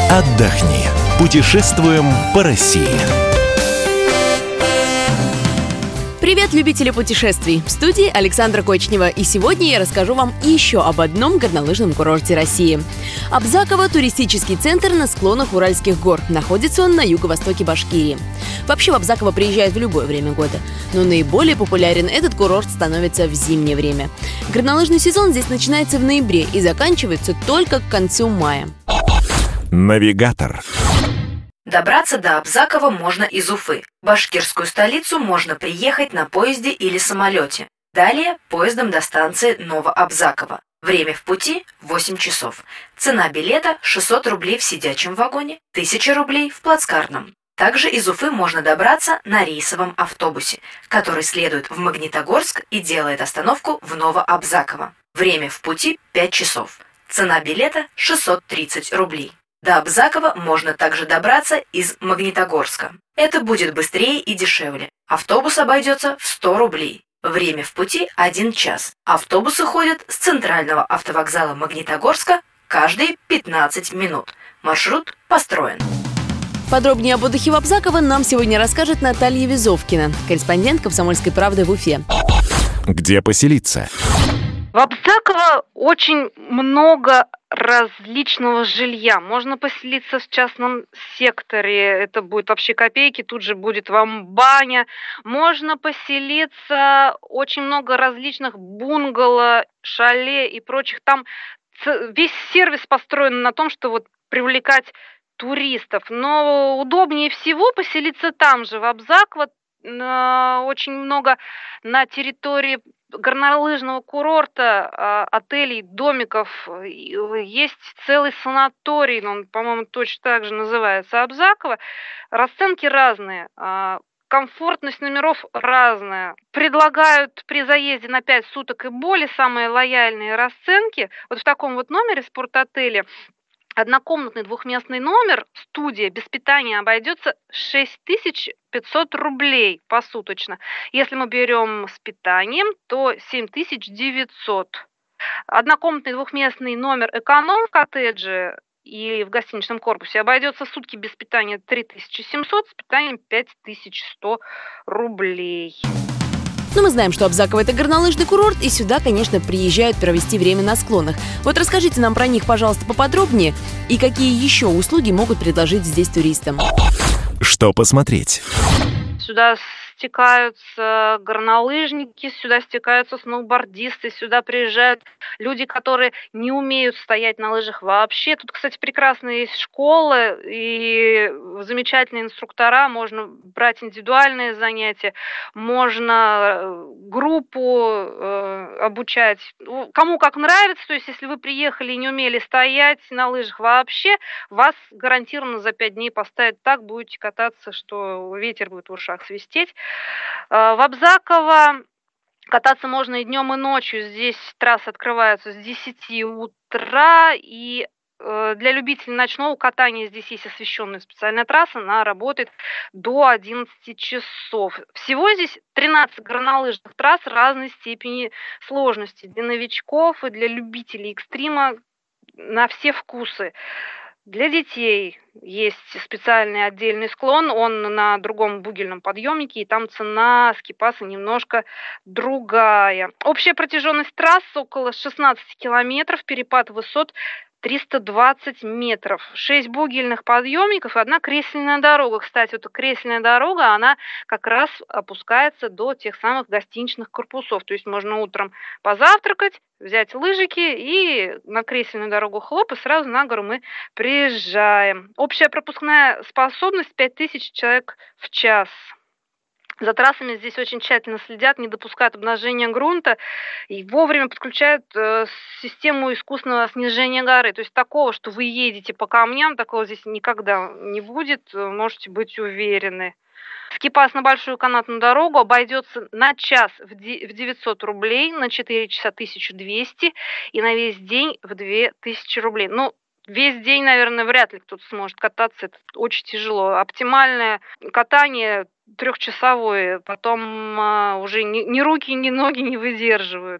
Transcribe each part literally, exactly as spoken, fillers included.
отдохни. Путешествуем по России. Привет, любители путешествий! В студии Александра Кочнева. И сегодня я расскажу вам еще об одном горнолыжном курорте России. Абзаково – туристический центр на склонах Уральских гор. Находится он на юго-востоке Башкирии. Вообще в Абзаково приезжают в любое время года. Но наиболее популярен этот курорт становится в зимнее время. Горнолыжный сезон здесь начинается в ноябре и заканчивается только к концу мая. Навигатор. Добраться до Абзакова можно из Уфы. В башкирскую столицу можно приехать на поезде или самолете. Далее поездом до станции Новоабзаково. Время в пути – восемь часов. Цена билета – шестьсот рублей в сидячем вагоне, тысяча рублей в плацкартном. Также из Уфы можно добраться на рейсовом автобусе, который следует в Магнитогорск и делает остановку в Новоабзаково. Время в пути – пять часов. Цена билета – шестьсот тридцать рублей. До Абзакова можно также добраться из Магнитогорска. Это будет быстрее и дешевле. Автобус обойдется в сто рублей. Время в пути – один час. Автобусы ходят с центрального автовокзала Магнитогорска каждые пятнадцать минут. Маршрут построен. Подробнее об отдыхе в Абзаково нам сегодня расскажет Наталья Везовкина, корреспондент «Комсомольской правды» в Уфе. Где поселиться? В Абзаково очень много различного жилья. Можно поселиться в частном секторе, это будет вообще копейки, тут же будет вам баня. Можно поселиться, очень много различных бунгало, шале и прочих. Там весь сервис построен на том, что вот привлекать туристов. Но удобнее всего поселиться там же, в Абзаково. Очень много на территории горнолыжного курорта отелей, домиков. Есть целый санаторий, он, по-моему, точно так же называется Абзаково. Расценки разные. Комфортность номеров разная. Предлагают при заезде на пять суток и более самые лояльные расценки. Вот в таком вот номере спортотеля однокомнатный двухместный номер, студия без питания обойдется шесть тысяч пятьсот рублей посуточно. Если мы берем с питанием, то семь тысяч девятьсот. Однокомнатный двухместный номер эконом в коттедже и в гостиничном корпусе обойдется в сутки без питания три тысячи семьсот, с питанием пять тысяч сто рублей. Но мы знаем, что Абзаково – это горнолыжный курорт, и сюда, конечно, приезжают провести время на склонах. Вот расскажите нам про них, пожалуйста, поподробнее, и какие еще услуги могут предложить здесь туристам. Что посмотреть? Сюда стекаются горнолыжники, сюда стекаются сноубордисты, сюда приезжают люди, которые не умеют стоять на лыжах вообще. Тут, кстати, прекрасные есть школы и замечательные инструктора, можно брать индивидуальные занятия, можно группу э, обучать. Кому как нравится, то есть если вы приехали и не умели стоять на лыжах вообще, вас гарантированно за пять дней поставят так, будете кататься, что ветер будет в ушах свистеть. В Абзаково кататься можно и днем, и ночью. Здесь трассы открываются с десяти утра, и для любителей ночного катания здесь есть освещенная специальная трасса, она работает до одиннадцати часов. Всего здесь тринадцать горнолыжных трасс разной степени сложности. Для новичков и для любителей экстрима на все вкусы. Для детей есть специальный отдельный склон, он на другом бугельном подъемнике, и там цена скипаса немножко другая. Общая протяженность трасс около шестнадцати километров, перепад высот триста двадцать метров, шесть бугельных подъемников и одна кресельная дорога. Кстати, вот кресельная дорога, она как раз опускается до тех самых гостиничных корпусов. То есть можно утром позавтракать, взять лыжики и на кресельную дорогу хлоп, и сразу на гору мы приезжаем. Общая пропускная способность пять тысяч человек в час. За трассами здесь очень тщательно следят, не допускают обнажения грунта и вовремя подключают э, систему искусственного снижения горы. То есть такого, что вы едете по камням, такого здесь никогда не будет, можете быть уверены. Скипас на большую канатную дорогу обойдется на час в девятьсот рублей, на четыре часа тысячу двести и на весь день в две тысячи рублей. Ну, весь день, наверное, вряд ли кто-то сможет кататься, это очень тяжело. Оптимальное катание трехчасовое, потом а, уже ни, ни руки, ни ноги не выдерживают.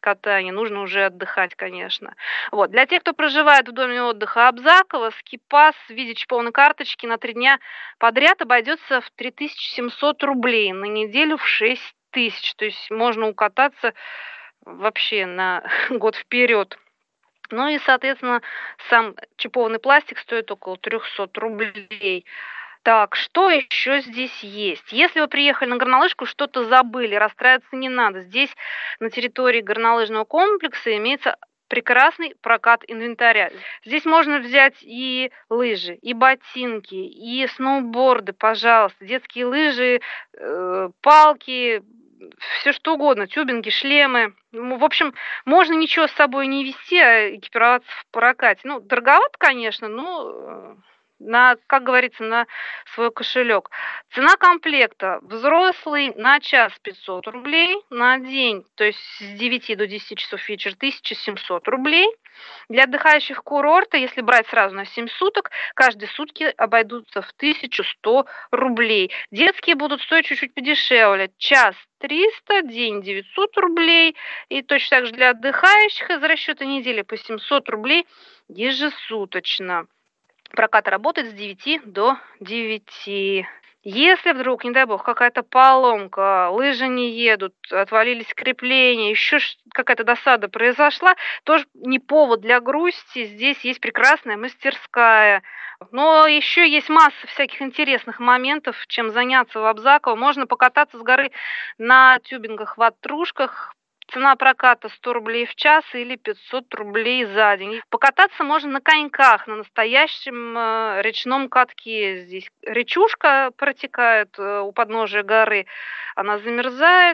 катания, нужно уже отдыхать, конечно. Вот. Для тех, кто проживает в доме отдыха Абзакова, скипас в виде чиповной карточки на три дня подряд обойдется в три тысячи семьсот рублей, на неделю в шесть тысяч. То есть можно укататься вообще на год вперед. Ну и, соответственно, сам чипованный пластик стоит около триста рублей. Так, что еще здесь есть? Если вы приехали на горнолыжку, что-то забыли, расстраиваться не надо. Здесь на территории горнолыжного комплекса имеется прекрасный прокат инвентаря. Здесь можно взять и лыжи, и ботинки, и сноуборды, пожалуйста, детские лыжи, э, палки, все что угодно, тюбинги, шлемы. Ну, в общем, можно ничего с собой не везти, а экипироваться в прокате. Ну, дороговато, конечно, но на, как говорится, на свой кошелек. Цена комплекта: взрослый на час пятьсот рублей, на день, то есть с девяти до десяти часов вечера, тысяча семьсот рублей. Для отдыхающих курорта, если брать сразу на семь суток, каждые сутки обойдутся в тысячу сто рублей. Детские будут стоить чуть-чуть подешевле. Час триста, день девятьсот рублей. И точно так же для отдыхающих из расчета недели по семьсот рублей ежесуточно. Прокат работает с девяти до девяти. Если вдруг, не дай бог, какая-то поломка, лыжи не едут, отвалились крепления, еще какая-то досада произошла, тоже не повод для грусти. Здесь есть прекрасная мастерская. Но еще есть масса всяких интересных моментов, чем заняться в Абзаково. Можно покататься с горы на тюбингах-ватрушках. Цена проката сто рублей в час или пятьсот рублей за день. Покататься можно на коньках, на настоящем э, речном катке. Здесь речушка протекает э, у подножия горы. Она замерзает.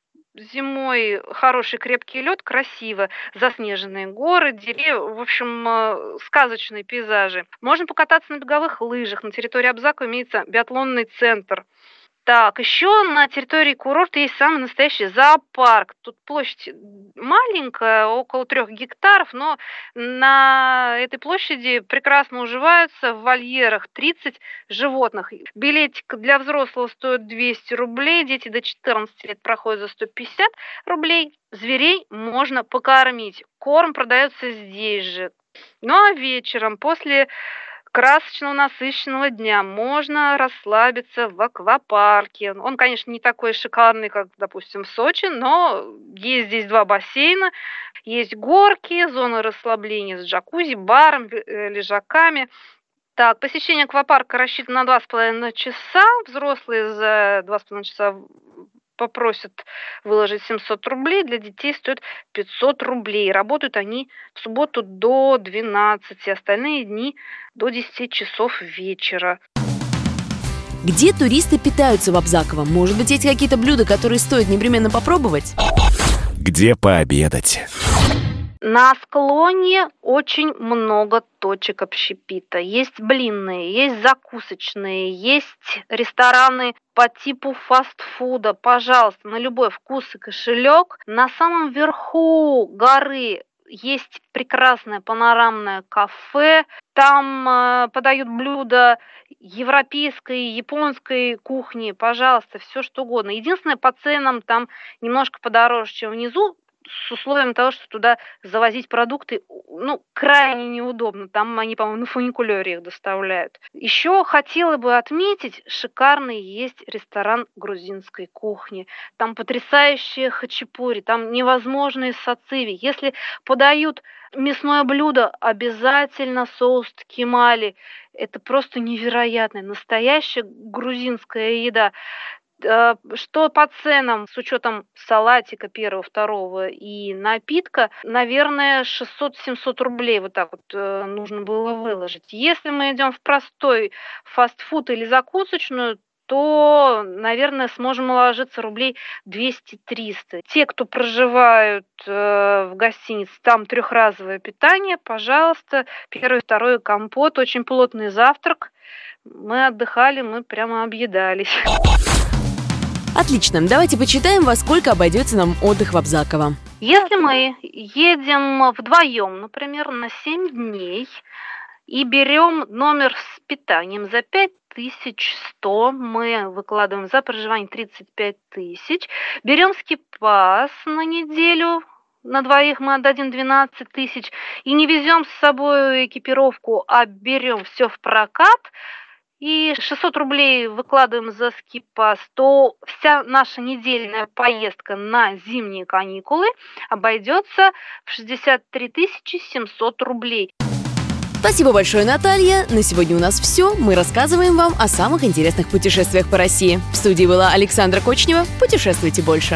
Зимой хороший крепкий лед, красиво, заснеженные горы, деревья, в общем, э, сказочные пейзажи. Можно покататься на беговых лыжах. На территории Абзакова имеется биатлонный центр. Так, еще на территории курорта есть самый настоящий зоопарк. Тут площадь маленькая, около трех гектаров, но на этой площади прекрасно уживаются в вольерах тридцать животных. Билетик для взрослого стоит двести рублей, дети до четырнадцати лет проходят за сто пятьдесят рублей. Зверей можно покормить. Корм продается здесь же. Ну а вечером, после красочного, насыщенного дня, можно расслабиться в аквапарке. Он, конечно, не такой шикарный, как, допустим, в Сочи, но есть здесь два бассейна, есть горки, зона расслабления с джакузи, баром, лежаками. Так, посещение аквапарка рассчитано на два с половиной часа. Взрослые за два с половиной часа попросят выложить семьсот рублей, для детей стоит пятьсот рублей. Работают они в субботу до двенадцати, остальные дни до десяти часов вечера. Где туристы питаются в Абзаково? Может быть, есть какие-то блюда, которые стоит непременно попробовать? Где пообедать? На склоне очень много точек общепита. Есть блинные, есть закусочные, есть рестораны по типу фастфуда. Пожалуйста, на любой вкус и кошелек. На самом верху горы есть прекрасное панорамное кафе. Там э, подают блюда европейской, японской кухни. Пожалуйста, все что угодно. Единственное, по ценам там немножко подороже, чем внизу, с условием того, что туда завозить продукты, ну, крайне неудобно. Там они, по-моему, на фуникулере их доставляют. Еще хотела бы отметить, шикарный есть ресторан грузинской кухни. Там потрясающие хачапури, там невозможные сациви. Если подают мясное блюдо, обязательно соус ткемали. Это просто невероятно. Настоящая грузинская еда. Что по ценам, с учетом салатика первого, второго и напитка, наверное, шестьсот-семьсот рублей вот так вот э, нужно было выложить. Если мы идем в простой фастфуд или закусочную, то, наверное, сможем уложиться рублей двести-триста. Те, кто проживают э, в гостинице, там трехразовое питание, пожалуйста, первый, второй компот, очень плотный завтрак. Мы отдыхали, мы прямо объедались. Отлично, давайте почитаем, во сколько обойдется нам отдых в Абзаково. Если мы едем вдвоем, например, на семь дней, и берем номер с питанием за пять тысяч сто, мы выкладываем за проживание тридцать пять тысяч, берем скипас на неделю, На двоих мы отдадим двенадцать тысяч и не везем с собой экипировку, а берем все в прокат, и шестьсот рублей выкладываем за скипас, то вся наша недельная поездка на зимние каникулы обойдется в шестьдесят три тысячи семьсот рублей. Спасибо большое, Наталья. На сегодня у нас все. Мы рассказываем вам о самых интересных путешествиях по России. В студии была Александра Кочнева. Путешествуйте больше.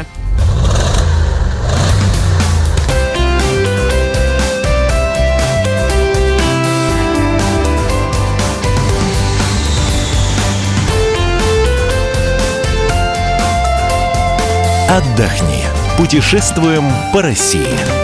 Отдохни. Путешествуем по России.